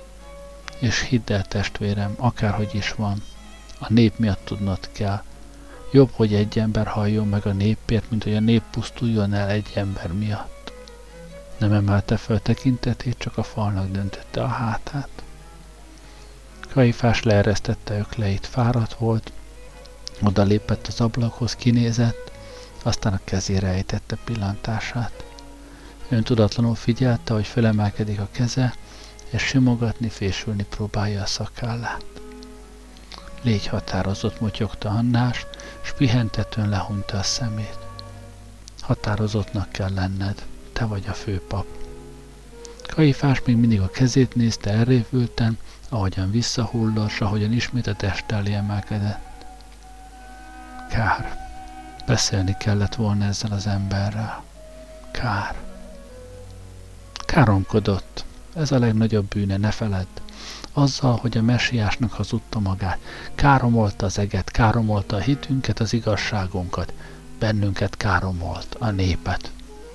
És hidd el, testvérem, akárhogy is van, a nép miatt tudnod kell. Jobb, hogy egy ember halljon meg a népért, mint hogy a nép pusztuljon el egy ember miatt. Nem emelte föl tekintetét, csak a falnak döntötte a hátát. Kaifás leeresztette ökleit, fáradt volt, oda lépett az ablakhoz, kinézett, aztán a kezére ejtette pillantását. Öntudatlanul figyelte, hogy fölemelkedik a keze, és simogatni, fésülni próbálja a szakállát. Légy határozott, motyogta Annás, s pihentetően lehúnyta a szemét. Határozottnak kell lenned, te vagy a főpap. Kaifás még mindig a kezét nézte elrévülten, ahogyan visszahullott, s ahogyan ismét a test elé emelkedett. Kár. Beszélni kellett volna ezzel az emberrel. Kár. Káromkodott. Ez a legnagyobb bűne, ne feledd. Azzal, hogy a mesiásnak hazudta magát. Káromolta az eget, káromolta a hitünket, az igazságunkat. Bennünket káromolt, a népet.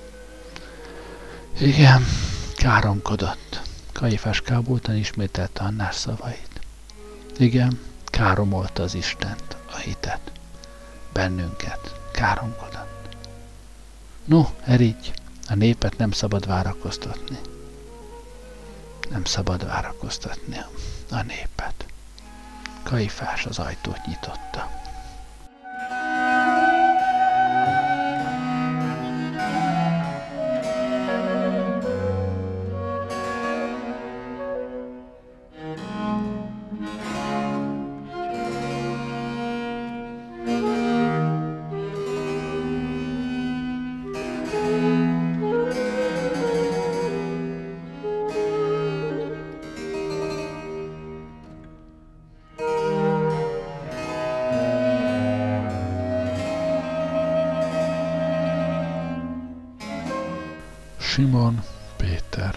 Igen, káromkodott. Kaifás kábultan ismételte Annás szavait. Igen, káromolta az Istent, a hitet. Bennünket káromkodott. No, erigy, a népet nem szabad várakoztatni. Nem szabad várakoztatni a népet. Kaifás az ajtót nyitotta. Simon Péter.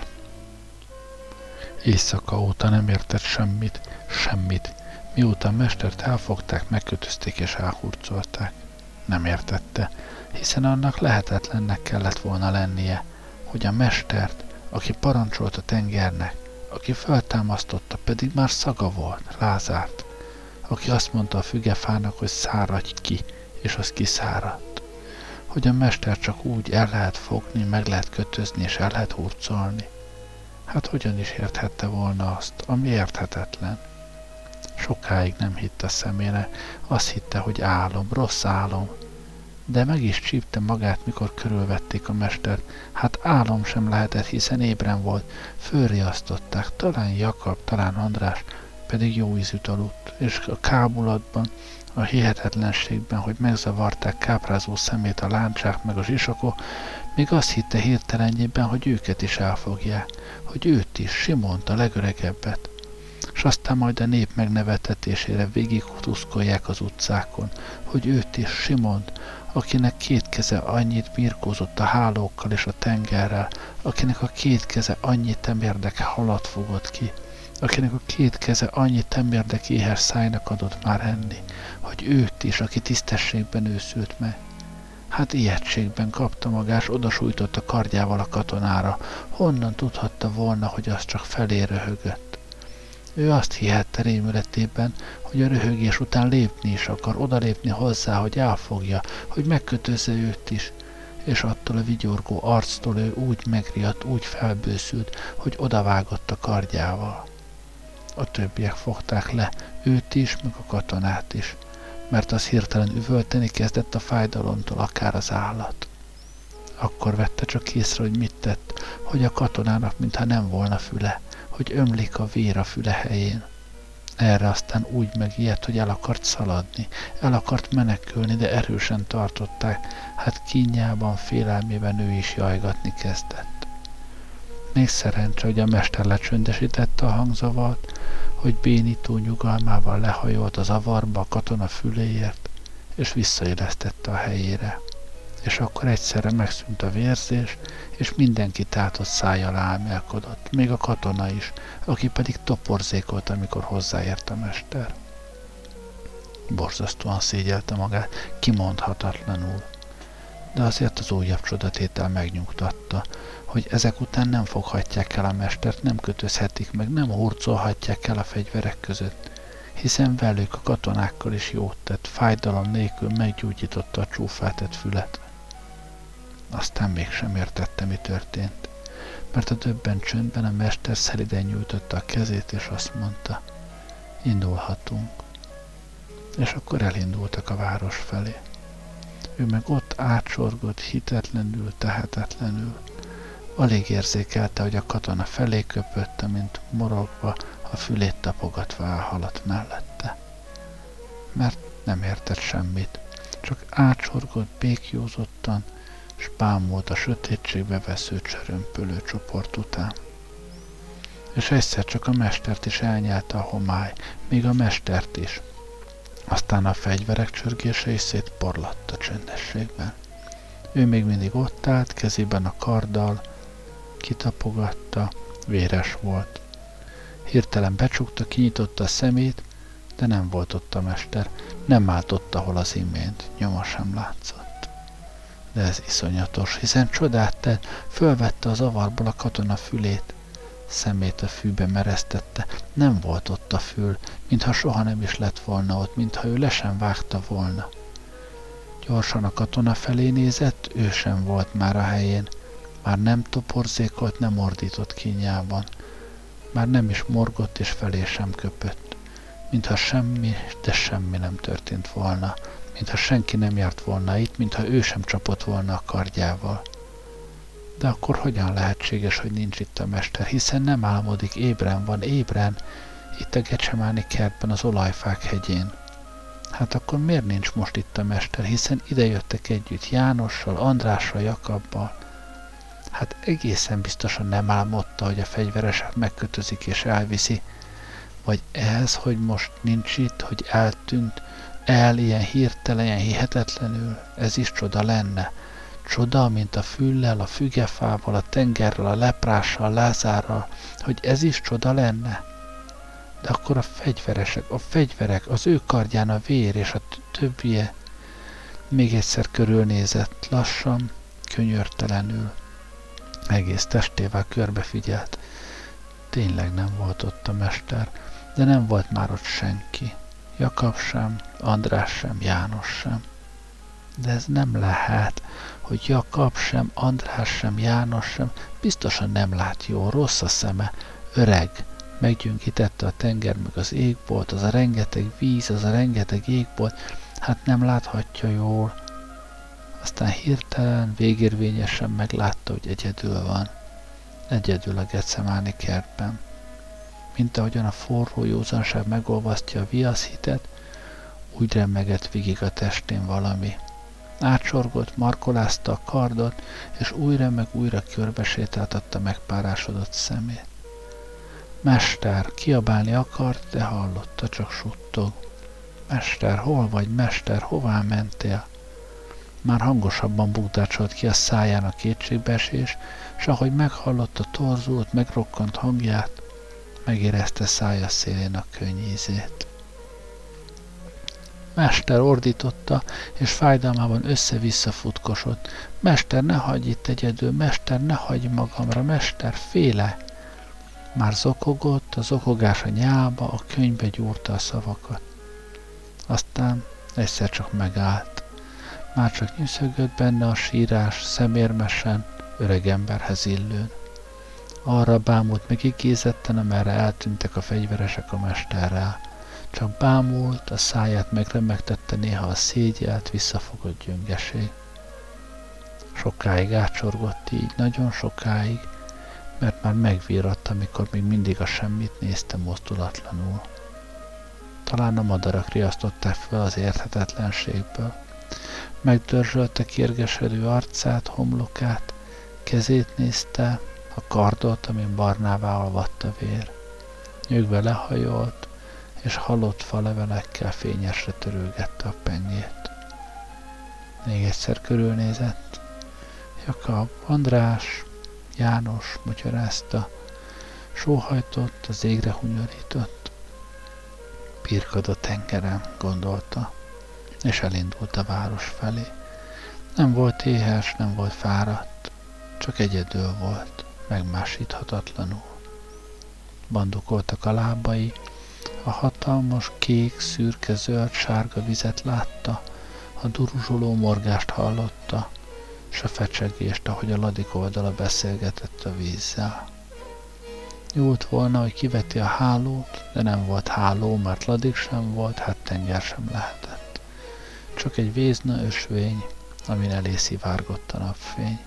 Éjszaka óta nem értett semmit. Miután mestert elfogták, megkötözték és elhurcolták. Nem értette, hiszen annak lehetetlennek kellett volna lennie, hogy a mestert, aki parancsolt a tengernek, aki feltámasztotta, pedig már szaga volt, Lázárt, aki azt mondta a fügefának, hogy száradj ki, és az kiszáradt. Hogy a mester csak úgy el lehet fogni, meg lehet kötözni, és el lehet hurcolni. Hát hogyan is érthette volna azt, ami érthetetlen? Sokáig nem hitt a szemére, azt hitte, hogy álom, rossz álom. De meg is csípte magát, mikor körülvették a mestert. Hát álom sem lehetett, hiszen ébren volt. Fölriasztották, talán Jakab, talán András, pedig jó ízűt aludt, és a kábulatban, a hihetetlenségben, hogy megzavarták káprázó szemét a láncsák meg a zsisakok, még azt hitte hirtelenjében, hogy őket is elfogják, hogy őt is, Simont, a legöregebbet. S aztán majd a nép megnevetetésére végig tuszkolják az utcákon, hogy őt is, Simont, akinek két keze annyit birkózott a hálókkal és a tengerrel, akinek a két keze annyit temérdek halat fogott ki, akinek a két keze annyit temérdek éhes szájnak adott már enni, hogy őt is, aki tisztességben őszült meg. Hát ijegységben kapta magás, odasújtott a kardjával a katonára, honnan tudhatta volna, hogy az csak felé röhögött. Ő azt hihette rémületében, hogy a röhögés után lépni is akar, odalépni hozzá, hogy elfogja, hogy megkötözze őt is, és attól a vigyorgó arctól ő úgy megriadt, úgy felbőszült, hogy odavágott a kardjával. A többiek fogták le, őt is, meg a katonát is, mert az hirtelen üvölteni kezdett a fájdalomtól, akár az állat. Akkor vette csak észre, hogy mit tett, hogy a katonának mintha nem volna füle, hogy ömlik a vér a füle helyén. Erre aztán úgy megijedt, hogy el akart szaladni, el akart menekülni, de erősen tartották, hát kínjában, félelmében ő is jajgatni kezdett. Még szerencse, hogy a mester lecsöndesítette a hangzavart, hogy bénító nyugalmával lehajolt az avarba a katona füléért, és visszaélesztette a helyére. És akkor egyszerre megszűnt a vérzés, és mindenki tátott szájjal álmélkodott, még a katona is, aki pedig toporzékolt, amikor hozzáért a mester. Borzasztóan szégyelte magát, kimondhatatlanul. De azért az újabb csodatétel megnyugtatta, hogy ezek után nem foghatják el a mestert, nem kötözhetik meg, nem hurcolhatják el a fegyverek között, hiszen velük a katonákkal is jót tett, fájdalom nélkül meggyógyította a csúfáltett fület. Aztán mégsem értette, mi történt, mert a döbben csöndben a mester szeliden nyújtotta a kezét, és azt mondta, indulhatunk. És akkor elindultak a város felé. Ő meg ott átsorgott hitetlenül, tehetetlenül. Alig érzékelte, hogy a katona felé köpött, amint morogva, a fülét tapogatva elhaladt mellette. Mert nem értett semmit, csak átsorgott békjózottan, s bámult a sötétségbe vesző csörömpölő csoport után. És egyszer csak a mestert is elnyelte a homály, még a mestert is. Aztán a fegyverek csörgése is szétporlatt a csöndességben. Ő még mindig ott állt, kezében a karddal, kitapogatta, véres volt. Hirtelen becsukta, kinyitotta a szemét, de nem volt ott a mester, nem állt ott, ahol az imént, nyoma sem látszott. De ez iszonyatos, hiszen csodát tett, fölvette az avarból a katona fülét. Szemét a fűbe meresztette, nem volt ott a fül, mintha soha nem is lett volna ott, mintha ő le sem vágta volna. Gyorsan a katona felé nézett, ő sem volt már a helyén, már nem toporzékolt, nem ordított kínjában, már nem is morgott és felé sem köpött, mintha semmi, de semmi nem történt volna, mintha senki nem járt volna itt, mintha ő sem csapott volna a kardjával. De akkor hogyan lehetséges, hogy nincs itt a mester, hiszen nem álmodik, ébren van, ébren, itt a Gecsemáni kertben, az olajfák hegyén. Hát akkor miért nincs most itt a mester, hiszen idejöttek együtt Jánossal, Andrással, Jakabbal. Hát egészen biztosan nem álmodta, hogy a fegyvereset megkötözik és elviszi. Vagy ez, hogy most nincs itt, hogy eltűnt, ilyen hirtelen, ilyen hihetetlenül, ez is csoda lenne. Csoda, mint a füllel, a fügefával, a tengerrel, a leprással, Lázárral, hogy ez is csoda lenne. De akkor a fegyverek, az ő kardján a vér és a többie. Még egyszer körülnézett, lassan, könyörtelenül. Egész testével körbefigyelt. Tényleg nem volt ott a mester, de nem volt már ott senki. Jakab sem, András sem, János sem. De ez nem lehet, hogy Jakab sem, András sem, János sem, biztosan nem lát jól, rossz a szeme, öreg, meggyöngítette a tenger meg az égbolt, az a rengeteg víz, az a rengeteg égbolt, hát nem láthatja jól. Aztán hirtelen, végérvényesen meglátta, hogy egyedül van. Egyedül a Gecsemáni kertben. Mint ahogyan a forró józanság megolvasztja a viaszhitet, úgy remegett végig a testén valami. Átsorgott, markolázta a kardot, és újra meg újra körbesétáltatta megpárásodott szemét. Mester, kiabálni akart, de hallotta, csak suttog. Mester, hol vagy, mester, hová mentél? Már hangosabban búdácsolt ki a száján a kétségbeesés, s ahogy meghallotta torzult, megrokkant hangját, megérezte szája szélén a könnyízét. Mester, ordította, és fájdalmában össze-vissza futkosott. Mester, ne hagyj itt egyedül, mester, ne hagyj magamra, mester, féle! Már zokogott, a zokogás a nyálba, a könyvbe gyúrta a szavakat. Aztán egyszer csak megállt. Már csak nyüszögött benne a sírás, szemérmesen, öreg emberhez illőn. Arra bámult meg igézetten, amerre eltűntek a fegyveresek a mesterrel. Csak bámult, a száját megremegtette néha a szégyelt, visszafogott gyöngeség. Sokáig átsorgott így, nagyon sokáig, mert már megvíratt, amikor még mindig a semmit nézte mozdulatlanul. Talán a madarak riasztották fel az érthetetlenségből. Megdörzsölte kérgesedő arcát, homlokát, kezét nézte, a kardot, amin barnává alvadt a vér. Nyögve lehajolt, és halott falevelekkel fényesre törőgette a pengét. Még egyszer körülnézett. Jakab, András, János, magyarázta, sóhajtott, az égre hunyorított. Birkad a tengeren, gondolta, és elindult a város felé. Nem volt éhes, nem volt fáradt, csak egyedül volt, megmásíthatatlanul. Bandukoltak a lábai, a hatalmas, kék, szürke, zöld, sárga vizet látta, a duruzsoló morgást hallotta, s a fecsegést, ahogy a ladik oldala beszélgetett a vízzel. Jult volna, hogy kiveti a hálót, de nem volt háló, mert ladik sem volt, hát tenger sem lehetett. Csak egy vézna ösvény, amin elé szivárgott a napfény.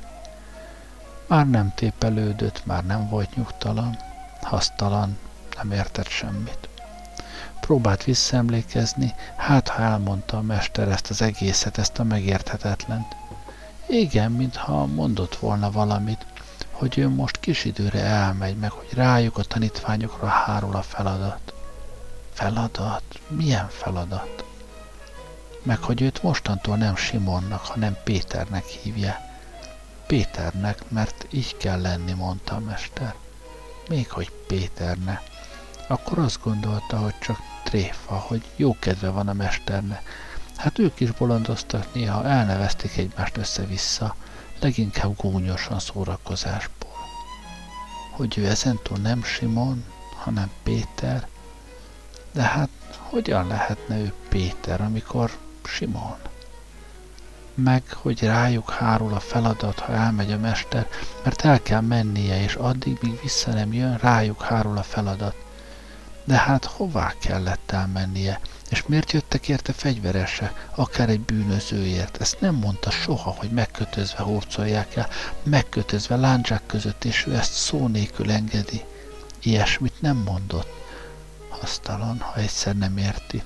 Már nem tépelődött, már nem volt nyugtalan, hasztalan, nem értett semmit. Próbált visszaemlékezni, hát ha elmondta a mester ezt az egészet, ezt a megérthetetlent. Igen, mintha mondott volna valamit, hogy ő most kis időre elmegy, meg hogy rájuk a tanítványokra hárul a feladat. Feladat? Milyen feladat? Meg hogy őt mostantól nem Simonnak, hanem Péternek hívja. Péternek, mert így kell lenni, mondta a mester. Még hogy Péternek. Akkor azt gondolta, hogy csak tréfa, hogy jó kedve van a mesternek. Hát ők is bolondoztak, néha elnevezték egymást össze-vissza, leginkább gúnyosan szórakozásból. Hogy ő ezentúl nem Simon, hanem Péter, de hát hogyan lehetne ő Péter, amikor Simon? Meg, hogy rájuk hárul a feladat, ha elmegy a mester, mert el kell mennie, és addig, míg vissza nem jön, rájuk hárul a feladat. De hát hová kellett elmennie? És miért jöttek érte fegyveresek, akár egy bűnözőért? Ezt nem mondta soha, hogy megkötözve hurcolják el, megkötözve lándzsák között, és ő ezt szó nélkül engedi. Ilyesmit nem mondott. Hasztalan, ha egyszer nem érti.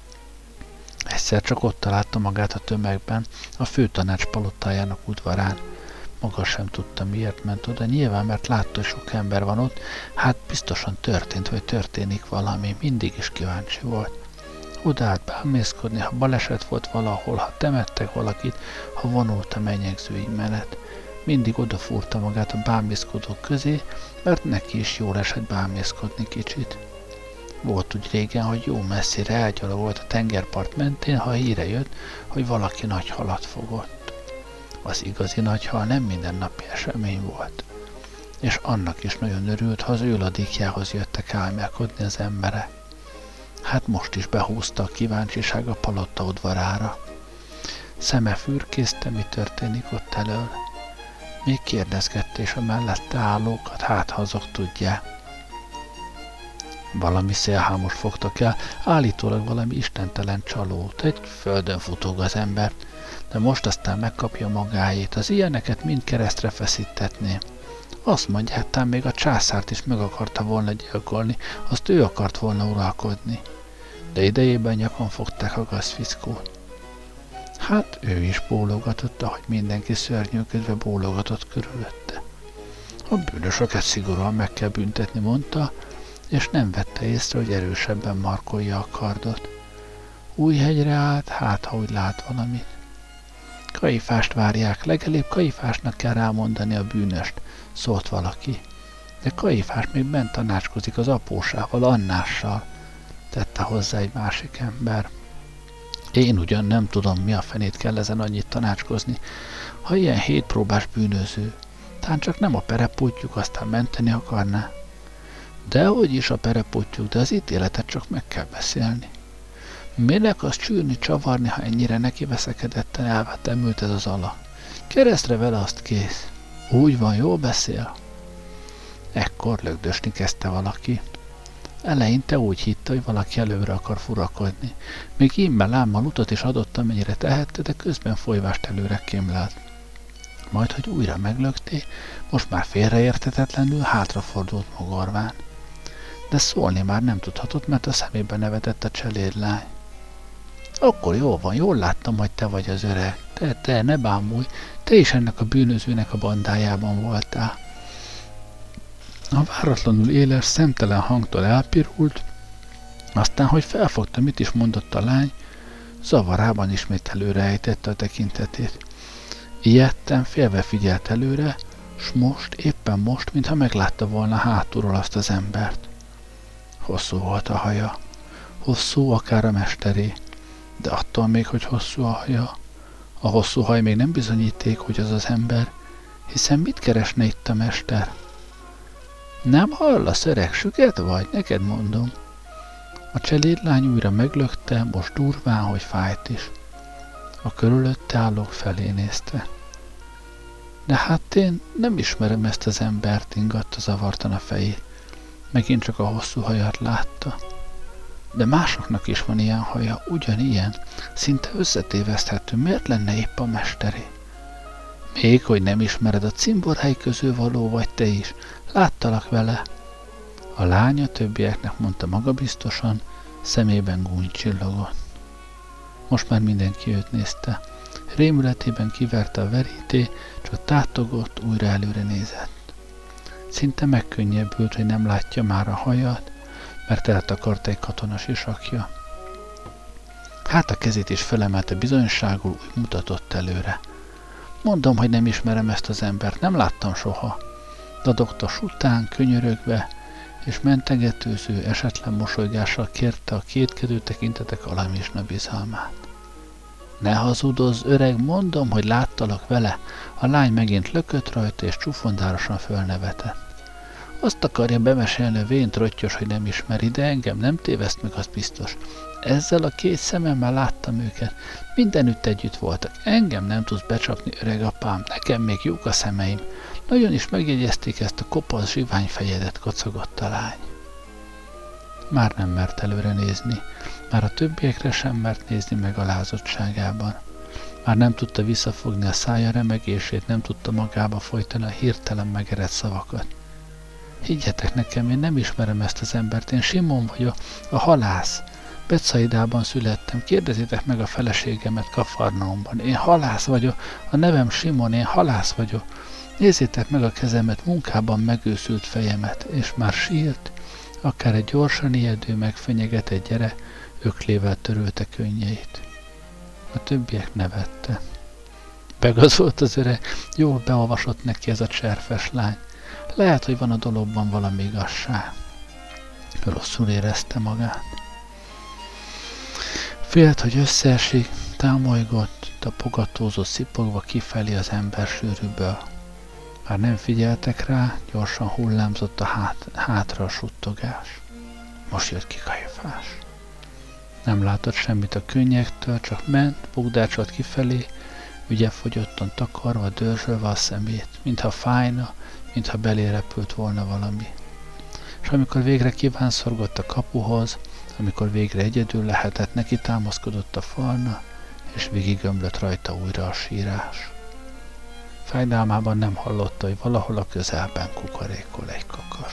Egyszer csak ott találta magát a tömegben, a főtanács palotájának udvarán. Maga sem tudta, miért ment oda, nyilván, mert látta, hogy sok ember van ott, hát biztosan történt, vagy történik valami, mindig is kíváncsi volt. Oda állt bámészkodni, ha baleset volt valahol, ha temettek valakit, ha vonult a mennyegzői menet. Mindig odafúrta magát a bámészkodók közé, mert neki is jól esett bámészkodni kicsit. Volt úgy régen, hogy jó messzire elgyalogolt a tengerpart mentén, ha híre jött, hogy valaki nagy halat fogott. Az igazi nagy hal nem mindennapi esemény volt. És annak is nagyon örült, ha az ő ladikjához jöttek álmélkodni az emberek. Hát most is behúzta a kíváncsiság a palotta udvarára. Szeme fürkészte, mi történik ott elől. Még kérdezgette is a mellette állókat, hát ha azok tudják. Valami szélhámos fogtak el, állítólag valami istentelen csalót, egy földön futóg az embert, de most aztán megkapja magáét, az ilyeneket mind keresztre feszítetné. Azt mondják, talán még a császárt is meg akarta volna gyilkolni, azt ő akart volna uralkodni. De idejében nyakon fogták a gazfickót. Hát ő is bólogatott, ahogy mindenki szörnyűködve bólogatott körülötte. A bűnösöket szigorúan meg kell büntetni, mondta, és nem vette észre, hogy erősebben markolja a kardot. Újhegyre állt, hát ha úgy lát valamit. Kaifást várják, legalább Kaifásnak kell rámondani a bűnöst, szólt valaki. De Kaifás még bent tanácskozik az apósával, Annással, tette hozzá egy másik ember. Én ugyan nem tudom, mi a fenét kell ezen annyit tanácskozni, ha ilyen hétpróbás bűnöző, tán csak nem a perepótjuk, aztán menteni akarná. Dehogy is a perepótjuk, de az ítéletet csak meg kell beszélni. Minek azt csűrni, csavarni, ha ennyire neki veszekedetten elvetemült ez az alak? Keresztre vele, azt kész. Úgy van, jól beszél. Ekkor lögdösni kezdte valaki. Eleinte úgy hitte, hogy valaki előre akar furakodni. Még ímmel-ámmal utat is adott, amennyire tehette, de közben folyvást előre kémlelt. Majd, hogy újra meglökté, most már félreérthetetlenül hátrafordult mogorván. De szólni már nem tudhatott, mert a szemébe nevetett a cselédlány. Akkor jó van, jól láttam, hogy te vagy az öreg. Te, ne bámulj, te is ennek a bűnözőnek a bandájában voltál. A váratlanul éles, szemtelen hangtól elpirult, aztán, hogy felfogta, mit is mondott a lány, zavarában ismét előre ejtette a tekintetét. Ijedten, félve figyelt előre, s most, éppen most, mintha meglátta volna hátulról azt az embert. Hosszú volt a haja, hosszú akár a mesteré, de attól még, hogy hosszú a haja, a hosszú haj még nem bizonyíték, hogy az az ember, hiszen mit keresne itt a mester? Nem hallasz, öreg, süket vagy? Neked mondom. A cselédlány újra meglökte, most durván, hogy fájt is. A körülötte állók felé nézte. De hát én nem ismerem ezt az embert, ingatta zavartan a fejét. Megint csak a hosszú hajat látta. De másoknak is van ilyen haja, ugyanilyen, szinte összetéveszthető, miért lenne épp a mesteré? Még, hogy nem ismered, a cimborhely közül való vagy te is, láttalak vele. A lánya többieknek mondta magabiztosan, szemében gúny csillogott. Most már mindenki őt nézte. Rémületében kiverte a veríté, csak tátogott, újra előre nézett. Szinte megkönnyebbült, hogy nem látja már a hajat, mert eltakart egy katona sisakja. Hát a kezét is felemelte bizonyságul, úgy mutatott előre. Mondom, hogy nem ismerem ezt az embert, nem láttam soha. Dadogta után, könyörögve, és mentegetőző, esetlen mosolygással kérte a kétkedő tekintetek alamizsna bizalmát. Ne hazudozz, öreg, mondom, hogy láttalak vele. A lány megint lökött rajta, és csufondárosan fölnevetett. Azt akarja bemesélni a vén trottyos, hogy nem ismeri, de engem nem téveszt meg, az biztos. Ezzel a két szememmel láttam őket. Mindenütt együtt voltak. Engem nem tudsz becsapni, öreg apám, nekem még jók a szemeim. Nagyon is megjegyezték ezt a kopasz zsiványfejedet, kocogott a lány. Már nem mert előre nézni. Már a többiekre sem mert nézni megalázottságában. Már nem tudta visszafogni a szája remegését, nem tudta magába folytani a hirtelen megerett szavakat. Higgyetek nekem, én nem ismerem ezt az embert, én Simon vagyok, a halász. Betsaidában születtem, kérdezzétek meg a feleségemet Kafarnaumban. Én halász vagyok, a nevem Simon, én halász vagyok. Nézzétek meg a kezemet, munkában megőszült fejemet, és már sírt, akár egy gyorsan ijedő megfenyegetett gyere, öklével törölte könnyeit. A többiek nevette. Begazolt az öreg, jól beolvasott neki ez a cserfes lány. Lehet, hogy van a dologban valami igazság. Rosszul érezte magát. Félt, hogy összeesik, támolygott, tapogatózott, szipogva kifelé az ember sűrűből. Már nem figyeltek rá, gyorsan hullámzott a hátra a suttogás. Most jött ki Kajfás. Nem látott semmit a könnyektől, csak ment, bugdácsolt kifelé, ügyefogyottan takarva, dörzsölve a szemét, mintha fájna, mintha belé repült volna valami. És amikor végre kívánszorgott a kapuhoz, amikor végre egyedül lehetett, neki támaszkodott a falna, és végigömlött rajta újra a sírás. Fájdalmában nem hallotta, hogy valahol a közelben kukorékol egy kakas.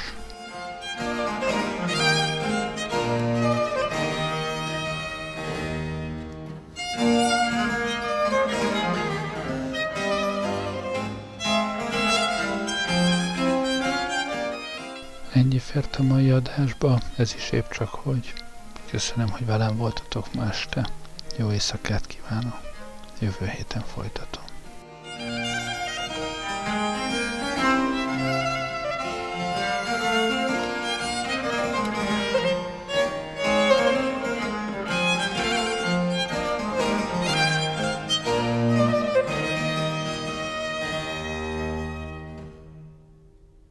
Ennyi fért a mai adásba, ez is épp csak hogy. Köszönöm, hogy velem voltatok ma este. Jó éjszakát kívánok. Jövő héten folytatom.